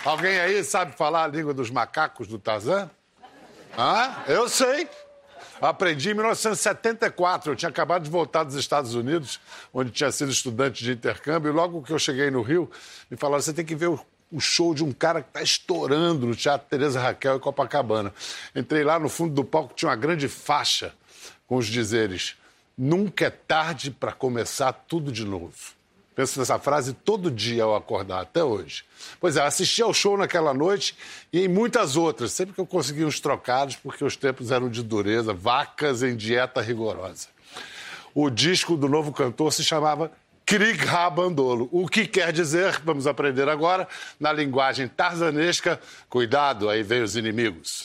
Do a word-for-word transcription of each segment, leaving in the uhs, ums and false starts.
Alguém aí sabe falar a língua dos macacos do Tarzan? Ah, eu sei. Aprendi em mil novecentos e setenta e quatro. Eu tinha acabado de voltar dos Estados Unidos, onde tinha sido estudante de intercâmbio. E logo que eu cheguei no Rio, me falaram, você tem que ver o, o show de um cara que está estourando no Teatro Teresa Raquel em Copacabana. Entrei lá, no fundo do palco tinha uma grande faixa com os dizeres: nunca é tarde para começar tudo de novo. Penso nessa frase todo dia ao acordar, até hoje. Pois é, assisti ao show naquela noite e em muitas outras, sempre que eu conseguia uns trocados, porque os tempos eram de dureza, vacas em dieta rigorosa. O disco do novo cantor se chamava Krieg Rabandolo, o que quer dizer, vamos aprender agora, na linguagem tarzanesca, cuidado, aí vem os inimigos.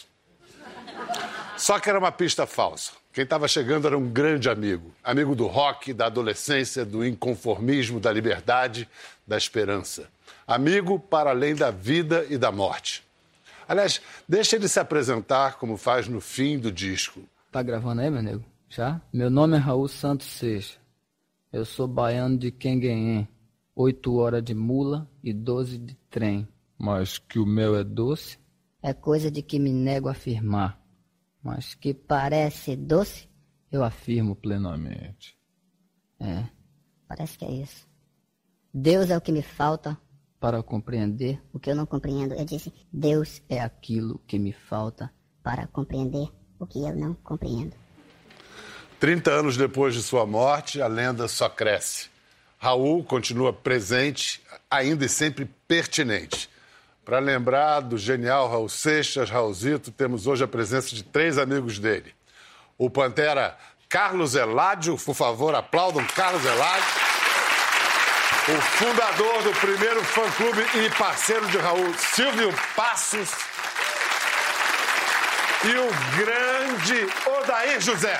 Só que era uma pista falsa. Quem estava chegando era um grande amigo. Amigo do rock, da adolescência, do inconformismo, da liberdade, da esperança. Amigo para além da vida e da morte. Aliás, deixa ele se apresentar como faz no fim do disco. Tá gravando aí, meu nego? Já? Meu nome é Raul Santos Seixas. Eu sou baiano de Quenguenhém. Oito horas de mula e doze de trem. Mas que o meu é doce? É coisa de que me nego a afirmar. Mas que parece doce, eu afirmo plenamente. É, parece que é isso. Deus é o que me falta para compreender o que eu não compreendo. Eu disse, Deus é aquilo que me falta para compreender o que eu não compreendo. trinta anos depois de sua morte, a lenda só cresce. Raul continua presente, ainda e sempre pertinente. Para lembrar do genial Raul Seixas, Raulzito, temos hoje a presença de três amigos dele. O Pantera Carlos Eládio, por favor, aplaudam Carlos Eládio. O fundador do primeiro fã-clube e parceiro de Raul, Silvio Passos. E o grande Odair José.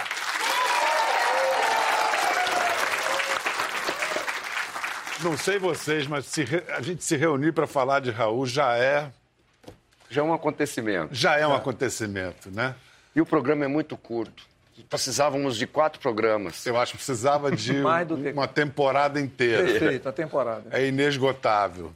Não sei vocês, mas se re... a gente se reunir para falar de Raul já é... Já é um acontecimento. Já é um é. acontecimento, né? E o programa é muito curto. Precisávamos de quatro programas. Eu acho que precisava de Mais do que... uma temporada inteira. Perfeito, a temporada. É inesgotável.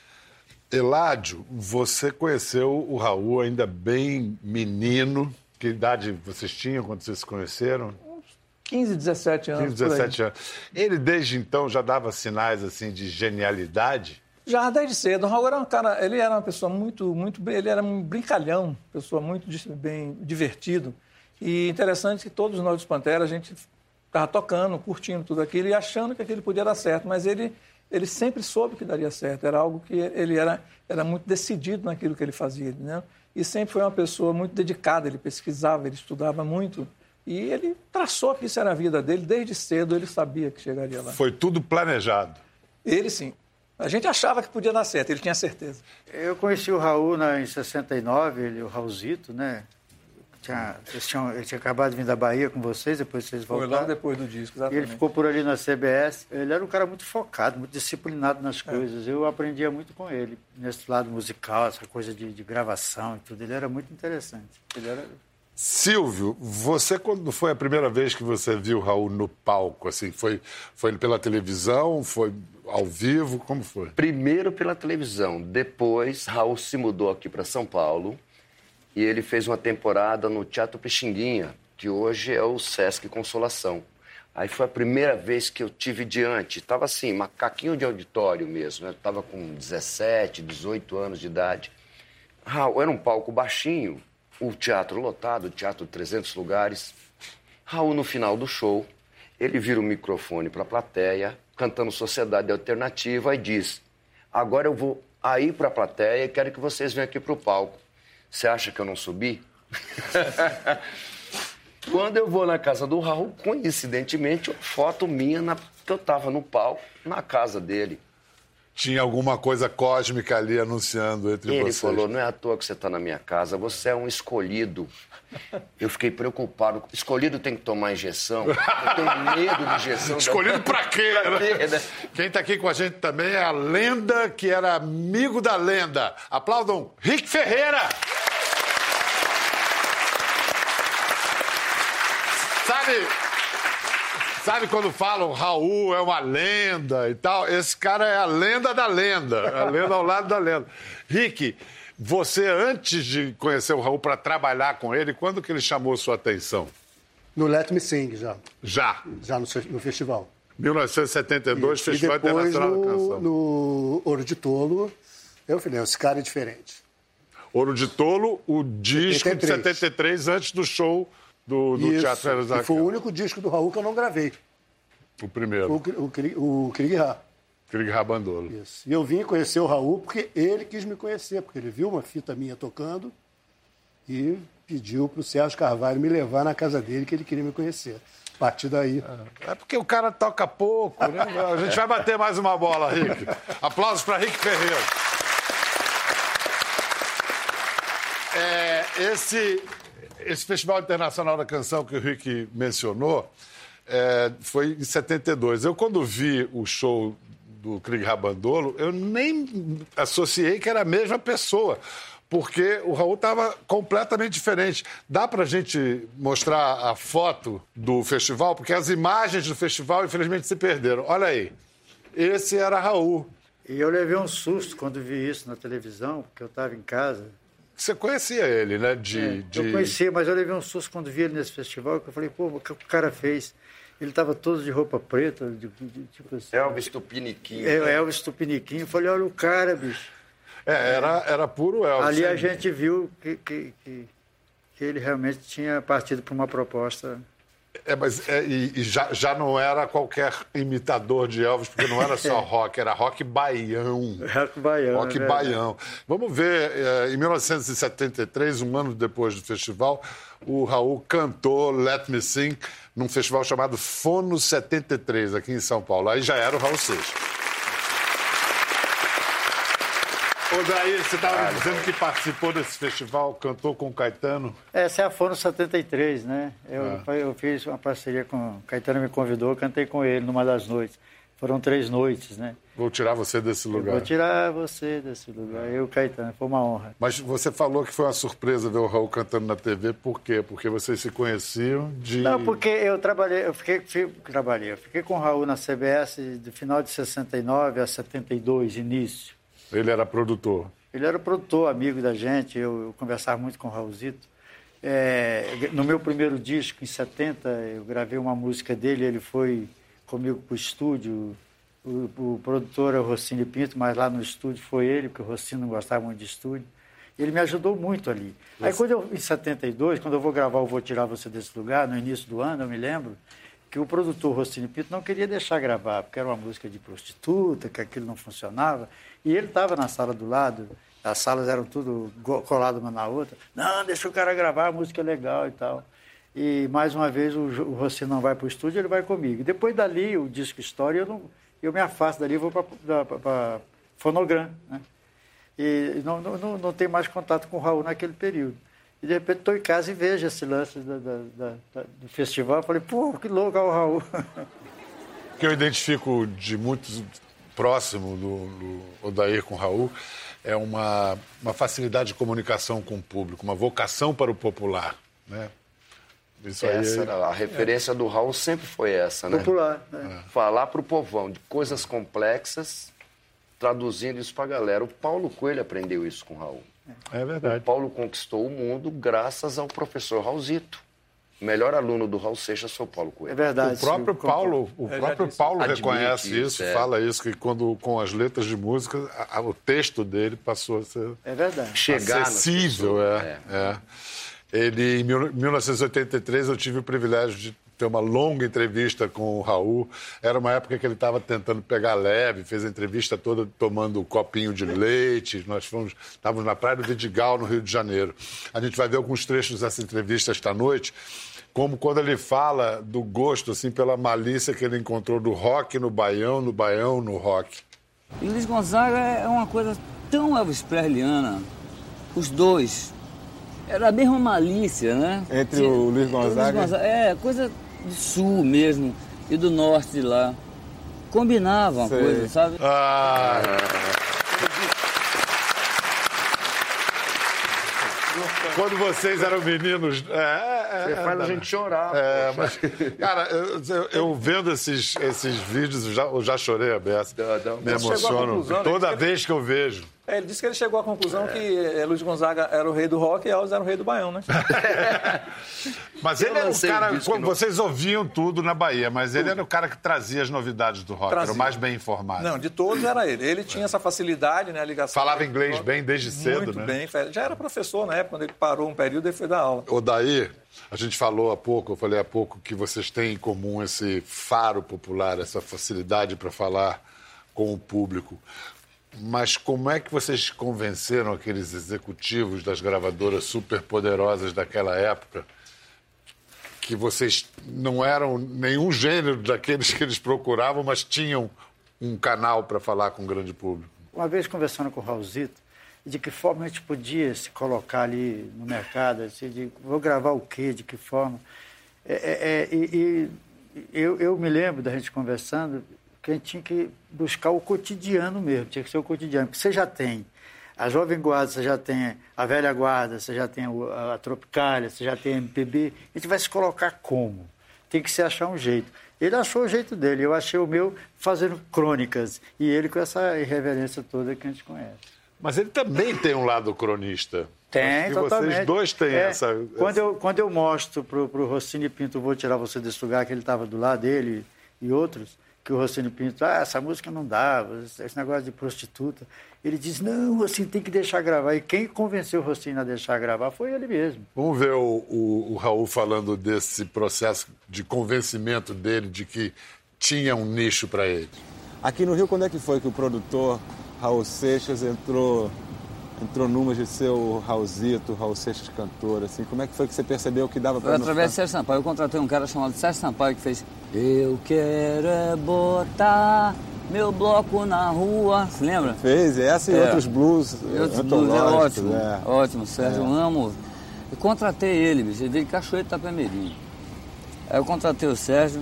Eládio, você conheceu o Raul ainda bem menino. Que idade vocês tinham quando vocês se conheceram? quinze, dezessete anos. quinze, dezessete anos. Ele, desde então, já dava sinais, assim, de genialidade? Já, desde cedo. O Raul era um cara... Ele era uma pessoa muito, muito... Ele era um brincalhão, pessoa muito bem divertido. E interessante que todos nós dos Pantera, a gente estava tocando, curtindo tudo aquilo e achando que aquilo podia dar certo. Mas ele, ele sempre soube que daria certo. Era algo que ele era, era muito decidido naquilo que ele fazia, né? E sempre foi uma pessoa muito dedicada. Ele pesquisava, ele estudava muito. E ele traçou que isso era a vida dele. Desde cedo ele sabia que chegaria lá. Foi tudo planejado? Ele, sim. A gente achava que podia dar certo, ele tinha certeza. Eu conheci o Raul na, em sessenta e nove, ele, o Raulzito, né? Tinha, tinham, ele tinha acabado de vir da Bahia com vocês, depois vocês voltaram. Foi logo depois do disco, exatamente. E ele ficou por ali na C B S. Ele era um cara muito focado, muito disciplinado nas coisas. É. Eu aprendia muito com ele, nesse lado musical, essa coisa de, de gravação e tudo. Ele era muito interessante. Ele era... Silvio, você, quando foi a primeira vez que você viu o Raul no palco, assim, foi, foi pela televisão, foi ao vivo, como foi? Primeiro pela televisão, depois Raul se mudou aqui para São Paulo e ele fez uma temporada no Teatro Pixinguinha, que hoje é o Sesc Consolação. Aí foi a primeira vez que eu tive diante, estava assim, macaquinho de auditório mesmo, né? Estava com dezessete, dezoito anos de idade. Raul, era um palco baixinho, o teatro lotado, o teatro trezentos lugares. Raul, no final do show, ele vira o microfone para a plateia, cantando Sociedade Alternativa, e diz: agora eu vou aí para a plateia e quero que vocês venham aqui para o palco. Você acha que eu não subi? Quando eu vou na casa do Raul, coincidentemente, uma foto minha na... que eu estava no palco, na casa dele. Tinha alguma coisa cósmica ali anunciando entre Ele vocês. Ele falou, não é à toa que você está na minha casa, você é um escolhido. Eu fiquei preocupado. Escolhido tem que tomar injeção. Eu tenho medo de injeção. Escolhido pra quê? Pra quê, né? Quem tá aqui com a gente também é a lenda que era amigo da lenda. Aplaudam Rick Ferreira! Sabe, Sabe quando falam Raul é uma lenda e tal? Esse cara é a lenda da lenda, a lenda ao lado da lenda. Rick, você, antes de conhecer o Raul para trabalhar com ele, quando que ele chamou sua atenção? No Let Me Sing, já. Já? Já no, no festival. mil novecentos e setenta e dois, e, Festival e depois, Internacional no, da Canção. no Ouro de Tolo, eu falei, esse cara é diferente. Ouro de Tolo, o disco de setenta e três, antes do show do, do Isso, Teatro Elisaqui. e foi o único disco do Raul que eu não gravei. O primeiro. O, o, o Krieg Ra. Krieg Rabandolo. Isso. E eu vim conhecer o Raul porque ele quis me conhecer, porque ele viu uma fita minha tocando e pediu para o Sérgio Carvalho me levar na casa dele, que ele queria me conhecer. A partir daí... É porque o cara toca pouco, né? A gente vai bater mais uma bola, Rick. Aplausos para Rick Ferreira. É, esse, esse Festival Internacional da Canção que o Rick mencionou é, foi em setenta e dois. Eu, quando vi o show do Krieg Rabandolo, eu nem associei que era a mesma pessoa, porque o Raul estava completamente diferente. Dá para a gente mostrar a foto do festival? Porque as imagens do festival, infelizmente, se perderam. Olha aí. Esse era Raul. E eu levei um susto quando vi isso na televisão, porque eu estava em casa. Você conhecia ele, né? De, é, de... Eu conhecia, mas eu levei um susto quando vi ele nesse festival, que eu falei, pô, o que o cara fez? Ele estava todo de roupa preta, de, de, tipo assim... Elvis Tupiniquim. É, Elvis Tupiniquim. Eu falei, olha o cara, bicho. É, era, era puro Elvis. Ali a gente viu que, que, que, que ele realmente tinha partido para uma proposta... É, mas é, e, e já, já não era qualquer imitador de Elvis, porque não era só rock, era rock baião. Rock baião. Rock é baião. Vamos ver, é, em mil novecentos e setenta e três, um ano depois do festival, o Raul cantou Let Me Sing num festival chamado Fono setenta e três, aqui em São Paulo. Aí já era o Raul Seixas. Ô, daí, você estava dizendo que participou desse festival, cantou com o Caetano? Essa é a Fono setenta e três, né? Eu, é. eu fiz uma parceria com o Caetano, me convidou, eu cantei com ele numa das noites. Foram três noites, né? Vou tirar você desse lugar. Eu vou tirar você desse lugar. Eu, Caetano, foi uma honra. Mas você falou que foi uma surpresa ver o Raul cantando na T V, por quê? Porque vocês se conheciam de... Não, porque eu trabalhei, eu fiquei, fui, trabalhei, eu fiquei com o Raul na C B S do final de sessenta e nove a setenta e dois, início. Ele era produtor? Ele era produtor, amigo da gente, eu, eu conversava muito com o Raulzito. É, no meu primeiro disco, em setenta, eu gravei uma música dele, ele foi comigo para o estúdio. O, o produtor é o Rossini Pinto, mas lá no estúdio foi ele, porque o Rossini não gostava muito de estúdio. E ele me ajudou muito ali. Aí, quando eu, em setenta e dois, quando eu vou gravar o Vou Tirar Você Desse Lugar, no início do ano, eu me lembro que o produtor Rossini Pinto não queria deixar gravar, porque era uma música de prostituta, que aquilo não funcionava. E ele estava na sala do lado, as salas eram tudo coladas uma na outra. Não, deixa o cara gravar, a música é legal e tal. E, mais uma vez, o, o Rossini não vai para o estúdio, ele vai comigo. Depois dali, o disco História, eu, não, eu me afasto dali e vou para Fonogram, né? E não, não, não tenho mais contato com o Raul naquele período. E, de repente, estou em casa e vejo esse lance da, da, da, da, do festival. Falei, pô, que louco é o Raul. O que eu identifico de muito próximo do, do Odair com o Raul é uma, uma facilidade de comunicação com o público, uma vocação para o popular, né? Isso aí essa é... era a referência é. do Raul sempre foi essa, né? Popular. Né? É. Falar para o povão de coisas complexas, traduzindo isso para a galera. O Paulo Coelho aprendeu isso com o Raul. É verdade. O Paulo conquistou o mundo graças ao professor Raulzito. O melhor aluno do Raul Seixas foi o Paulo Coelho. É verdade. O próprio sim, Paulo, o próprio Paulo reconhece isso, isso é. fala isso, que quando com as letras de música, a, a, o texto dele passou a ser é verdade. Chegar acessível. Pessoas, é, é. é. Ele, em mil novecentos e oitenta e três, eu tive o privilégio de ter uma longa entrevista com o Raul. Era uma época que ele estava tentando pegar leve, fez a entrevista toda tomando um copinho de leite. Nós fomos, estávamos na Praia do Vidigal, no Rio de Janeiro. A gente vai ver alguns trechos dessa entrevista esta noite, como quando ele fala do gosto, assim, pela malícia que ele encontrou do rock no baião, no baião, no rock. E Luiz Gonzaga é uma coisa tão Elvis Presleyiana, os dois. Era a mesma malícia, né? Entre o Luiz Gonzaga... Luiz Gonzaga é, coisa do sul mesmo e do norte de lá. Combinava uma Sei. coisa, sabe? Ah... Quando vocês eram meninos, é, é, Você é, faz é, a gente chorar. É, mas, cara, eu, eu, eu vendo esses, esses vídeos, eu já, eu já chorei a beça. Dá, dá. Me emociono toda vez que eu vejo. É, ele disse que ele chegou à conclusão é. que Luiz Gonzaga era o rei do rock e Elvis era o rei do baião, né? Mas ele era o cara... Não... Vocês ouviam tudo na Bahia, mas tudo. Ele era o cara que trazia as novidades do rock, trazia. Era o mais bem informado. Não, de todos era ele. Ele tinha essa facilidade, né, a ligação... Falava inglês bem desde cedo, Muito né? bem. Já era professor na época, quando ele parou um período, ele foi dar aula. Odair, a gente falou há pouco, eu falei há pouco, que vocês têm em comum esse faro popular, essa facilidade para falar com o público. Mas como é que vocês convenceram aqueles executivos das gravadoras superpoderosas daquela época que vocês não eram nenhum gênero daqueles que eles procuravam, mas tinham um canal para falar com o grande público? Uma vez conversando com o Raulzito, de que forma a gente podia se colocar ali no mercado, assim, de vou gravar o quê, de que forma. É, é, é, e e eu, eu me lembro da gente conversando que a gente tinha que buscar o cotidiano mesmo, tinha que ser o cotidiano, porque você já tem a Jovem Guarda, você já tem a Velha Guarda, você já tem a, a Tropicália, você já tem a M P B, a gente vai se colocar como? Tem que se achar um jeito. Ele achou o jeito dele, eu achei o meu fazendo crônicas, e ele com essa irreverência toda que a gente conhece. Mas ele também tem um lado cronista. Tem, e totalmente. Vocês dois têm é, essa... Quando eu, quando eu mostro para o Rossini Pinto, Vou Tirar Você Desse Lugar, que ele estava do lado dele e outros, que o Rossini Pinto, ah, essa música não dá, esse negócio de prostituta. Ele diz, não, Rossini tem que deixar gravar. E quem convenceu o Rossini a deixar gravar foi ele mesmo. Vamos ver o, o, o Raul falando desse processo de convencimento dele de que tinha um nicho para ele. Aqui no Rio, quando é que foi que o produtor Raul Seixas entrou, entrou numa de ser o Raulzito, o Raul Seixas cantor, assim? Como é que foi que você percebeu que dava para... Através de Sérgio Sampaio. Eu contratei um cara chamado Sérgio Sampaio que fez Eu quero é botar meu bloco na rua. Você lembra? Fez, essa e é. outros blues. E outros blues, é ótimo. É. Ótimo, Sérgio, é. eu amo. Eu contratei ele, bicho, ele veio de Cachoeiro de Itapemirim. Aí eu contratei o Sérgio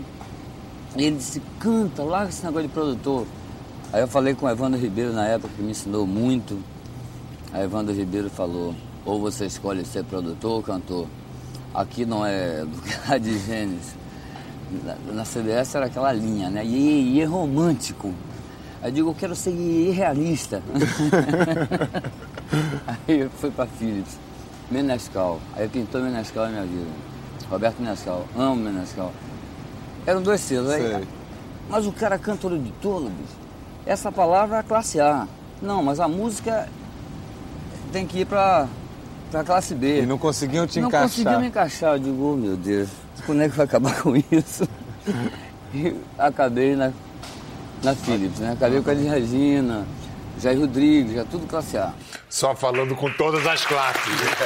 e ele disse, canta, larga esse negócio de produtor. Aí eu falei com o Evandro Ribeiro na época, que me ensinou muito. Aí o Evandro Ribeiro falou, ou você escolhe ser produtor ou cantor. Aqui não é lugar de gêneros. Na, na C B S era aquela linha, né? E, e é romântico. Aí eu digo, eu quero ser irrealista. Aí eu fui pra Philips. Menescal. Aí pintou Menescal na minha vida. Roberto Menescal. Amo Menescal. Eram dois selos. Aí, mas o cara canta olho de tolo, bicho. Essa palavra é classe A. Não, mas a música tem que ir pra, pra classe B. E não conseguiam te não encaixar. Não conseguiam me encaixar. Eu digo, oh, meu Deus, quando é que vai acabar com isso? E acabei na, na Philips, né? Acabei com a de Regina, Jair Rodrigues, já tudo classe A. Só falando com todas as classes.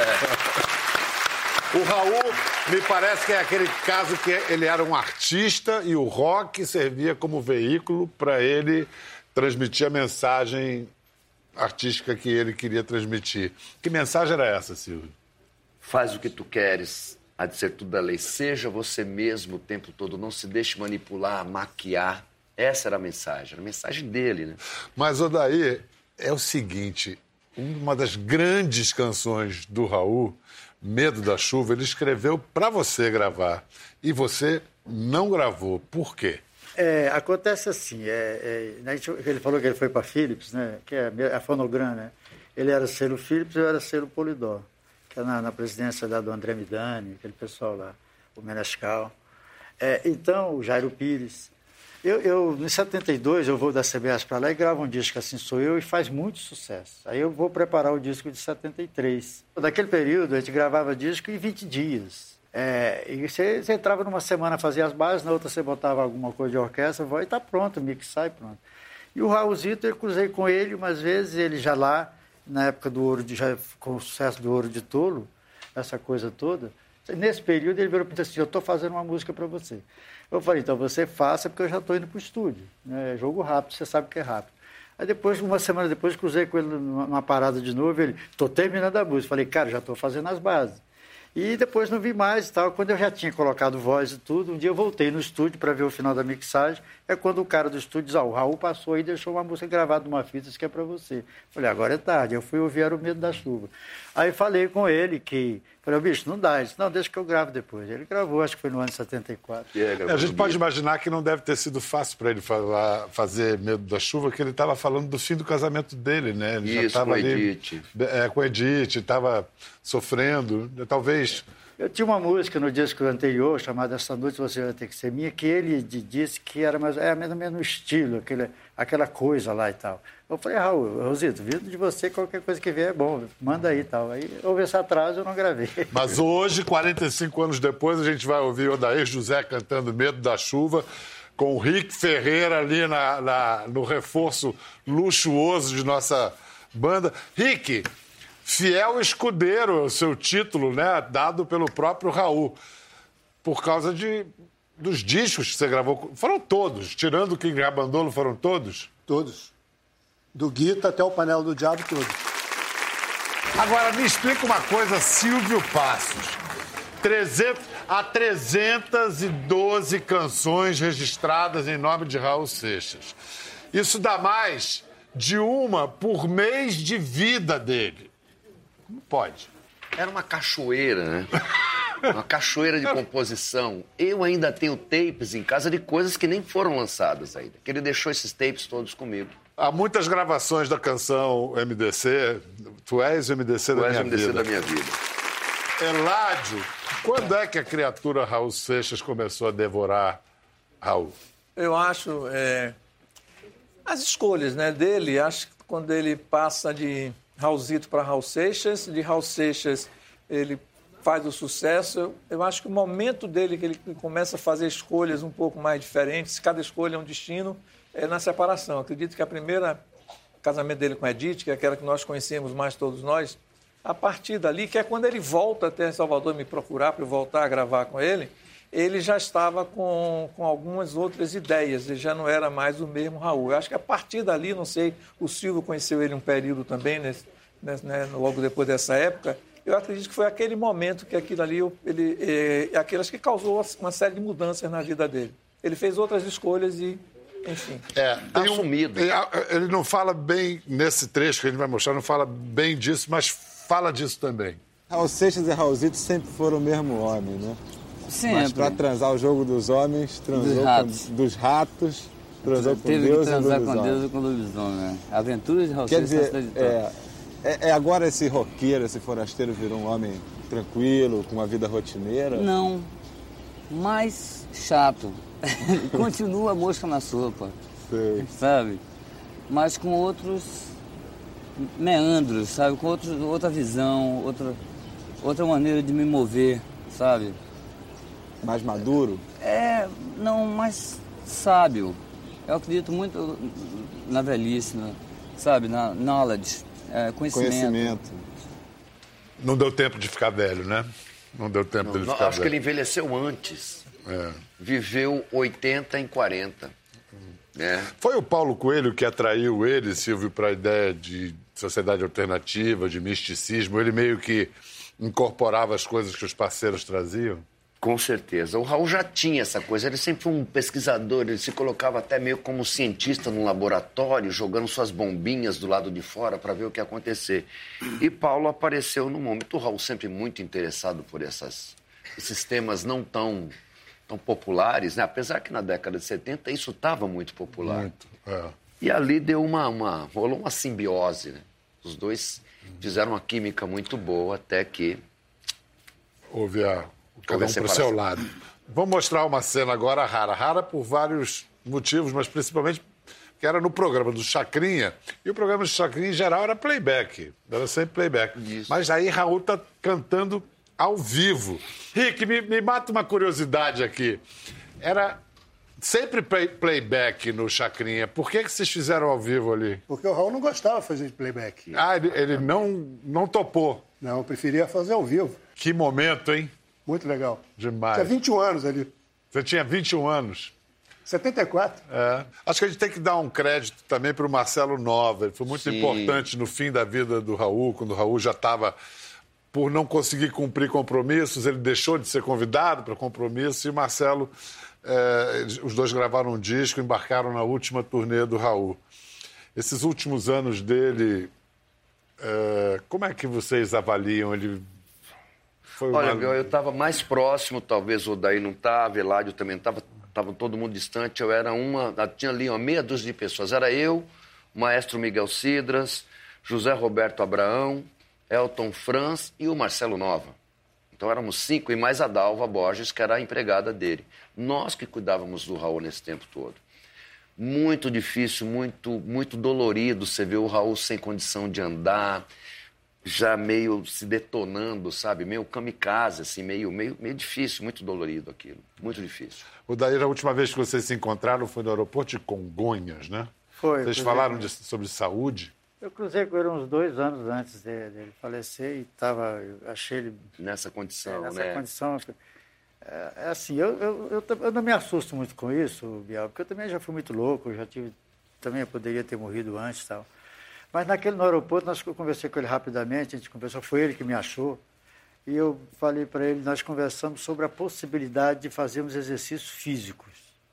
É. O Raul, me parece que é aquele caso que ele era um artista e o rock servia como veículo para ele transmitir a mensagem artística que ele queria transmitir. Que mensagem era essa, Silvio? Faz o que tu queres, há de ser tudo da lei. Seja você mesmo o tempo todo, não se deixe manipular, maquiar. Essa era a mensagem, era a mensagem dele, né? Mas, Odair, é o seguinte, uma das grandes canções do Raul, Medo da Chuva, ele escreveu para você gravar e você não gravou. Por quê? É, acontece assim, é, é, ele falou que ele foi para a Philips, né, que é a Fonogram, né? Ele era selo Philips e eu era selo Polydor, que é na, na presidência da do André Midani, aquele pessoal lá, o Menescal. É, então, o Jairo Pires. Eu, eu, em setenta e dois, eu vou da C B S para lá e gravo um disco Assim Sou Eu e faz muito sucesso. Aí eu vou preparar o disco de setenta e três. Naquele período, a gente gravava disco em vinte dias. É, e você, você entrava numa semana, fazia as bases, na outra você botava alguma coisa de orquestra, e está pronto, mixar e pronto. E o Raulzito, eu cruzei com ele umas vezes, ele já lá, na época do Ouro de, já, com o sucesso do Ouro de Tolo, essa coisa toda. Nesse período, ele virou e disse assim, eu estou fazendo uma música para você. Eu falei, então você faça, porque eu já estou indo para o estúdio. É jogo rápido, você sabe que é rápido. Aí depois, uma semana depois, cruzei com ele numa parada de novo, ele, estou terminando a música. Falei, cara, já estou fazendo as bases. E depois não vi mais e tal. Quando eu já tinha colocado voz e tudo, um dia eu voltei no estúdio para ver o final da mixagem. É quando o cara do estúdio diz, ah, o Raul passou aí e deixou uma música gravada numa fita, isso que é para você. Falei, agora é tarde. Eu fui ouvir, era o Medo da Chuva. Aí falei com ele que, Falei, bicho, não dá. Ele disse, não, deixa que eu gravo depois. Ele gravou, acho que foi no ano de setenta e quatro. É, a gente pode imaginar que não deve ter sido fácil para ele falar, fazer Medo da Chuva, que ele estava falando do fim do casamento dele, né? Ele Isso, já tava com ali, Edith. É, com Edith, estava sofrendo, talvez... Eu tinha uma música no disco anterior, chamada Essa Noite Você Vai Ter Que Ser Minha, que ele disse que era mais, é mais ou menos no estilo, aquele, aquela coisa lá e tal. Eu falei, Raul, Raulzito, vindo de você, qualquer coisa que vier é bom, manda aí e tal. Aí houve esse atraso, eu não gravei. Mas hoje, quarenta e cinco anos depois, a gente vai ouvir Odair José cantando Medo da Chuva, com o Rick Ferreira ali na, na, no reforço luxuoso de nossa banda. Rick... Fiel escudeiro, o seu título, né, dado pelo próprio Raul, por causa de, dos discos que você gravou. Foram todos, tirando o King Rabandolo, foram todos? Todos. Do Guita até o Panela do Diabo, todos. Agora, me explica uma coisa, Silvio Passos. trezentos, há trezentas e doze canções registradas em nome de Raul Seixas. Isso dá mais de uma por mês de vida dele. Como pode? Era uma cachoeira, né? Uma cachoeira de composição. Eu ainda tenho tapes em casa de coisas que nem foram lançadas ainda. Que ele deixou esses tapes todos comigo. Há muitas gravações da canção M D C. Tu és o M D C da minha vida. Tu és o M D C da minha vida. Eládio, quando é que a criatura Raul Seixas começou a devorar Raul? Eu acho... É... As escolhas, né, dele, acho que quando ele passa de... Raulzito para Raul Seixas, de Raul Seixas ele faz o sucesso. Eu, eu acho que o momento dele que ele começa a fazer escolhas um pouco mais diferentes, cada escolha é um destino, é na separação. Eu acredito que a primeira casamento dele com a Edith, que é aquela que nós conhecemos mais todos nós, a partir dali, que é quando ele volta até Salvador me procurar para eu voltar a gravar com ele, ele já estava com, com algumas outras ideias, ele já não era mais o mesmo Raul. Eu acho que a partir dali, não sei, o Silvio conheceu ele um período também, nesse, nesse, né, logo depois dessa época, eu acredito que foi aquele momento que aquilo ali, ele, é, aquelas que causou uma série de mudanças na vida dele. Ele fez outras escolhas e, enfim... É, tem assumido. Um, ele não fala bem, nesse trecho que a gente vai mostrar, não fala bem disso, mas fala disso também. Raul Seixas e Raulzito sempre foram o mesmo homem, né? Sempre. Mas para transar o jogo dos homens, transou dos ratos, com, dos ratos transou com Teve Deus que transar e com Deus e com lobisomem. Né? Aventuras de Raul Quer Seixas. dizer, é, é, é agora esse roqueiro, esse forasteiro virou um homem tranquilo, com uma vida rotineira? Não, mais chato. Continua a mosca na sopa, Sei. sabe? Mas com outros meandros, sabe? Com outros, outra visão, outra, outra maneira de me mover, sabe? Mais maduro? É, não, mais sábio. Eu acredito muito na velhice, na, sabe? Na knowledge, é, conhecimento. Conhecimento. Não deu tempo de ficar velho, né? Não deu tempo Não, dele não, ficar acho velho. que ele envelheceu antes. É. Viveu oitenta em quarenta. Né? Foi o Paulo Coelho que atraiu ele, Silvio, para a ideia de sociedade alternativa, de misticismo. Ele meio que incorporava as coisas que os parceiros traziam. Com certeza. O Raul já tinha essa coisa. Ele sempre foi um pesquisador. Ele se colocava até meio como cientista num laboratório, jogando suas bombinhas do lado de fora para ver o que ia acontecer. E Paulo apareceu no momento. O Raul sempre muito interessado por essas, esses temas não tão, tão populares, né? Apesar que na década de setenta isso estava muito popular. Muito, é. E ali deu uma, uma... rolou uma simbiose, né? Os dois fizeram uma química muito boa até que... Houve a... Cada Houve um a para o seu lado. Vamos mostrar uma cena agora rara. Rara por vários motivos, mas principalmente que era no programa do Chacrinha. E o programa do Chacrinha, em geral, era playback. Era sempre playback. Isso. Mas aí Raul tá cantando ao vivo. Rick, me, me mata uma curiosidade aqui. Era sempre play, playback no Chacrinha. Por que, que vocês fizeram ao vivo ali? Porque o Raul não gostava de fazer playback. Ah, ele, ele não, não topou. Não, preferia fazer ao vivo. Que momento, hein? Muito legal. Demais. Tinha vinte e um anos ali. Você tinha vinte e um anos. setenta e quatro. É. Acho que a gente tem que dar um crédito também para o Marcelo Nova. Ele foi muito Sim. importante no fim da vida do Raul, quando o Raul já estava, por não conseguir cumprir compromissos, ele deixou de ser convidado para compromisso e o Marcelo, é, os dois gravaram um disco, embarcaram na última turnê do Raul. Esses últimos anos dele, é, como é que vocês avaliam? Ele Foi Olha, uma... eu estava mais próximo, talvez o Odair não estava, Eládio também não estava, estava todo mundo distante. Eu era uma, tinha ali uma meia dúzia de pessoas. Era eu, o maestro Miguel Cidras, José Roberto Abraão, Elton Franz e o Marcelo Nova. Então éramos cinco, e mais a Dalva Borges, que era a empregada dele. Nós que cuidávamos do Raul nesse tempo todo. Muito difícil, muito, muito dolorido você ver o Raul sem condição de andar, já meio se detonando, sabe? Meio kamikaze, assim, meio, meio, meio difícil, muito dolorido aquilo. Muito difícil. Odair, a última vez que vocês se encontraram foi no aeroporto de Congonhas, né? Foi. Vocês falaram de, sobre saúde? Eu cruzei com ele uns dois anos antes dele, dele falecer e tava, eu achei ele... Nessa condição, nessa né? Nessa condição. É, é assim, eu, eu, eu, eu não me assusto muito com isso, Bial, porque eu também já fui muito louco, eu já tive... Também eu poderia ter morrido antes e tal. Mas naquele, no aeroporto, nós, eu conversei com ele rapidamente, a gente conversou, foi ele que me achou. E eu falei para ele, nós conversamos sobre a possibilidade de fazermos exercícios físicos.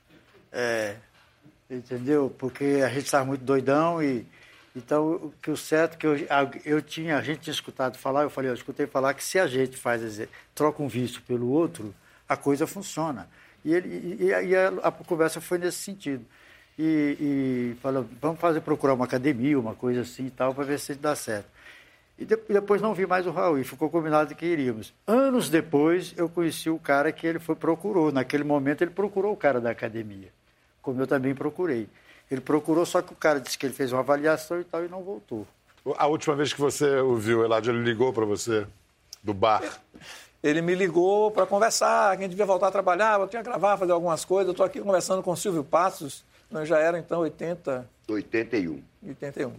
É, entendeu? Porque a gente estava muito doidão e... Então, o que o certo que eu, eu tinha, a gente tinha escutado falar, eu falei, eu escutei falar que se a gente faz, troca um vício pelo outro, a coisa funciona. E, ele, e, e a, a conversa foi nesse sentido. E, e falou, vamos fazer, procurar uma academia, uma coisa assim e tal, para ver se dá certo. E, de, e depois não vi mais o Raul, e ficou combinado que iríamos. Anos depois, eu conheci o cara que ele foi, procurou. Naquele momento, ele procurou o cara da academia, como eu também procurei. Ele procurou, só que o cara disse que ele fez uma avaliação e tal e não voltou. A última vez que você o viu, Eládio, ele ligou para você do bar? Ele me ligou para conversar, que a gente devia voltar a trabalhar, eu tinha que gravar, fazer algumas coisas. Eu estou aqui conversando com o Silvio Passos, nós já era então oitenta... oitenta e um. oitenta e um.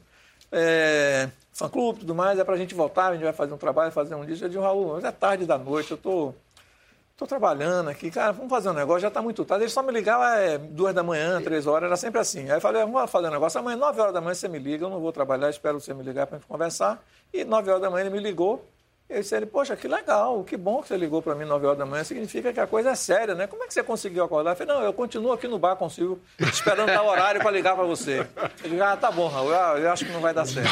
É, fã-clube e tudo mais, é para a gente voltar, a gente vai fazer um trabalho, fazer um disco. Eu disse, Raul, hoje é tarde da noite, eu estou... Estou trabalhando aqui, cara, vamos fazer um negócio, já está muito tarde. Ele só me ligava é, duas da manhã, três horas, era sempre assim. Aí eu falei, vamos fazer um negócio, amanhã, nove horas da manhã, você me liga, eu não vou trabalhar, espero você me ligar para a gente conversar. E nove horas da manhã ele me ligou. Eu disse, ele, poxa, que legal, que bom que você ligou para mim nove horas da manhã, significa que a coisa é séria, né? Como é que você conseguiu acordar? Eu falei, não, eu continuo aqui no bar com o Silvio, esperando dar o horário para ligar para você. Ele disse, ah, tá bom, Raul, eu acho que não vai dar certo.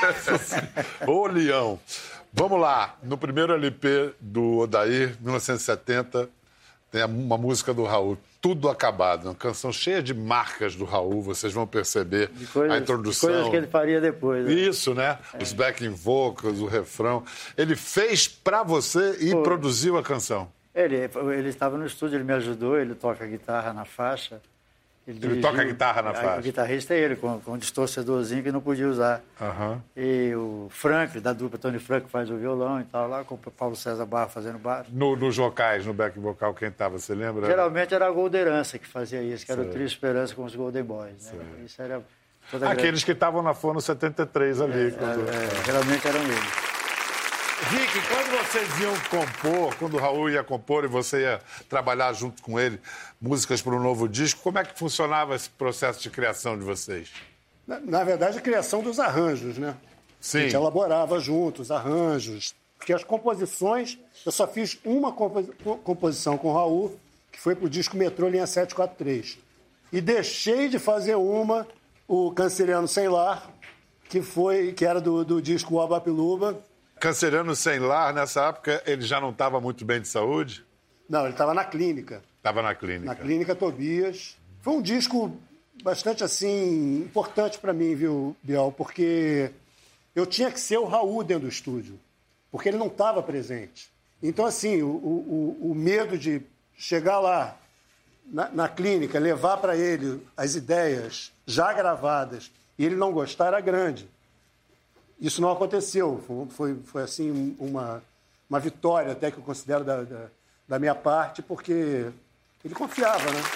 Ô, Leão, vamos lá. No primeiro L P do Odair, mil novecentos e setenta... tem uma música do Raul, Tudo Acabado, uma canção cheia de marcas do Raul, vocês vão perceber de coisas, a introdução. De coisas que ele faria depois. Né? Isso, né? É. Os backing vocals, o refrão. Ele fez pra você e Pô, produziu a canção. Ele, ele estava no estúdio, ele me ajudou, ele toca guitarra na faixa. Ele, ele dirigiu, toca guitarra na faixa? O guitarrista é ele, com, com um distorcedorzinho que não podia usar. Uhum. E o Frank, da dupla Tony Frank, faz o violão e tal, lá com o Paulo César Barra fazendo baixo. No, nos vocais, no back vocal, quem estava, você lembra? Geralmente era a Golderança que fazia isso, que era Sei. o Trio Esperança com os Golden Boys. Né? Isso era toda Aqueles grande... que estavam na Fono setenta e três ali. É, quando... é, é, geralmente eram eles. Rick, quando vocês iam compor, quando o Raul ia compor e você ia trabalhar junto com ele, músicas para um novo disco, como é que funcionava esse processo de criação de vocês? Na, na verdade, a criação dos arranjos, né? Sim. A gente elaborava juntos arranjos, porque as composições, eu só fiz uma composi- composição com o Raul, que foi para o disco Metrô Linha setecentos e quarenta e três. E deixei de fazer uma, o Canceriano Sem Lar, que, foi, que era do, do disco Oba Piluba. Canceriano Sem Lar, nessa época, ele já não estava muito bem de saúde? Não, ele estava na clínica. Estava na clínica. Na clínica Tobias. Foi um disco bastante, assim, importante para mim, viu, Biel? Porque eu tinha que ser o Raul dentro do estúdio, porque ele não estava presente. Então, assim, o, o, o medo de chegar lá, na, na clínica, levar para ele as ideias já gravadas e ele não gostar era grande. Isso não aconteceu. Foi, foi, foi assim, uma, uma vitória até que eu considero da, da, da minha parte, porque ele confiava, né?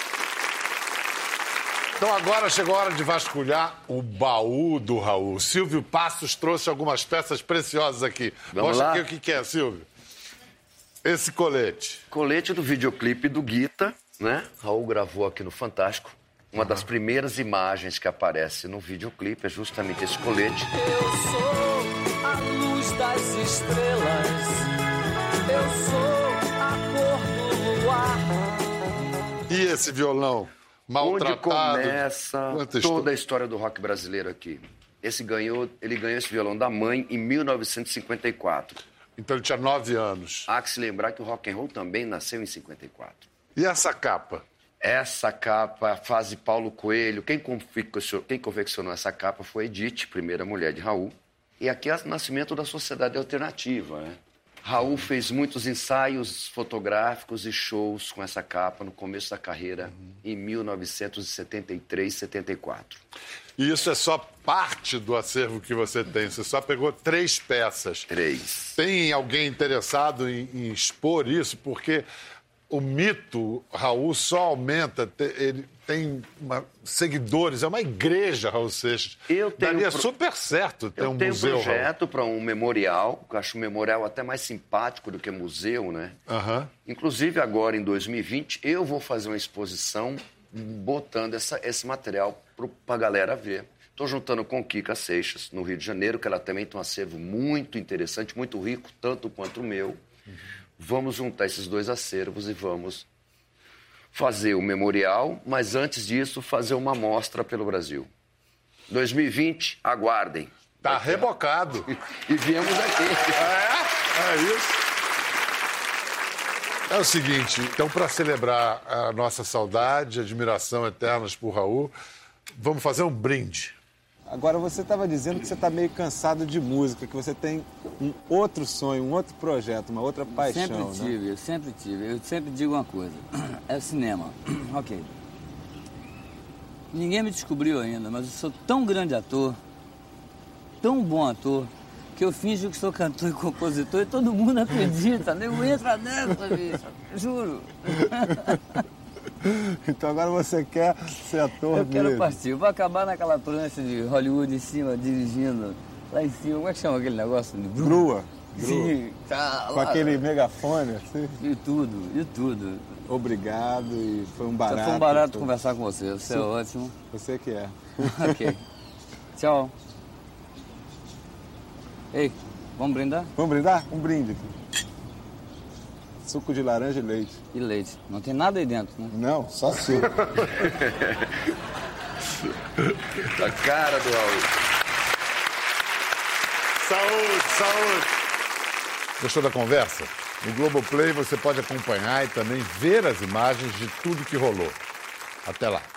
Então agora chegou a hora de vasculhar o baú do Raul. Silvio Passos trouxe algumas peças preciosas aqui. Vamos Mostra lá? aqui o que, que é, Silvio. Esse colete. Colete do videoclipe do Guita, né? Raul gravou aqui no Fantástico. Uma uhum. das primeiras imagens que aparece no videoclipe é justamente esse colete. Eu sou a luz das estrelas. Eu sou a cor do luar. E esse violão maltratado? Onde começa toda a história do rock brasileiro aqui. Esse ganhou, ele ganhou esse violão da mãe em mil novecentos e cinquenta e quatro. Então ele tinha nove anos. Há que se lembrar que o rock and roll também nasceu em cinquenta e quatro. E essa capa? Essa capa, a fase Paulo Coelho, quem confeccionou, quem confeccionou essa capa foi Edith, primeira mulher de Raul. E aqui é o nascimento da sociedade alternativa, né? Raul fez muitos ensaios fotográficos e shows com essa capa no começo da carreira, uhum. em mil novecentos e setenta e três, setenta e quatro. E isso é só parte do acervo que você tem? Você só pegou três peças? Três. Tem alguém interessado em, em expor isso? Porque o mito Raul só aumenta, ele tem uma, seguidores, é uma igreja, Raul Seixas. Eu tenho Daria pro... super certo ter eu um tenho museu. Eu tenho um projeto para um memorial, que eu acho um memorial até mais simpático do que museu, né? Uhum. Inclusive agora, em dois mil e vinte, eu vou fazer uma exposição botando essa, esse material para a galera ver. Estou juntando com Kika Seixas, no Rio de Janeiro, que ela também tem um acervo muito interessante, muito rico, tanto quanto o meu. Uhum. Vamos juntar esses dois acervos e vamos fazer o memorial, mas antes disso, fazer uma mostra pelo Brasil. dois mil e vinte, aguardem. Tá rebocado. E viemos aqui. É, é isso. É o seguinte, então, para celebrar a nossa saudade, admiração eternas por Raul, vamos fazer um brinde. Agora, você estava dizendo que você está meio cansado de música, que você tem um outro sonho, um outro projeto, uma outra paixão, sempre tive, né? eu sempre tive. Eu sempre digo uma coisa. É o cinema. Ok. Ninguém me descobriu ainda, mas eu sou tão grande ator, tão bom ator, que eu finjo que sou cantor e compositor e todo mundo acredita. Nego entra nessa, bicho. Juro. Então agora você quer ser ator Eu quero mesmo. partir. Eu vou acabar naquela prancha de Hollywood em cima, dirigindo. Lá em cima, como é que chama aquele negócio? Grua. Sim, tá Com lá. aquele megafone, assim. E tudo, e tudo. Obrigado e foi um barato. Foi um barato foi... conversar com você, você Sim. é ótimo. Você que é. Ok. Tchau. Ei, vamos brindar? Vamos brindar? Um brinde aqui. Suco de laranja e leite. E leite. Não tem nada aí dentro, né? Não, só suco. A cara do Raul. Saúde, saúde. Gostou da conversa? No Globoplay você pode acompanhar e também ver as imagens de tudo que rolou. Até lá.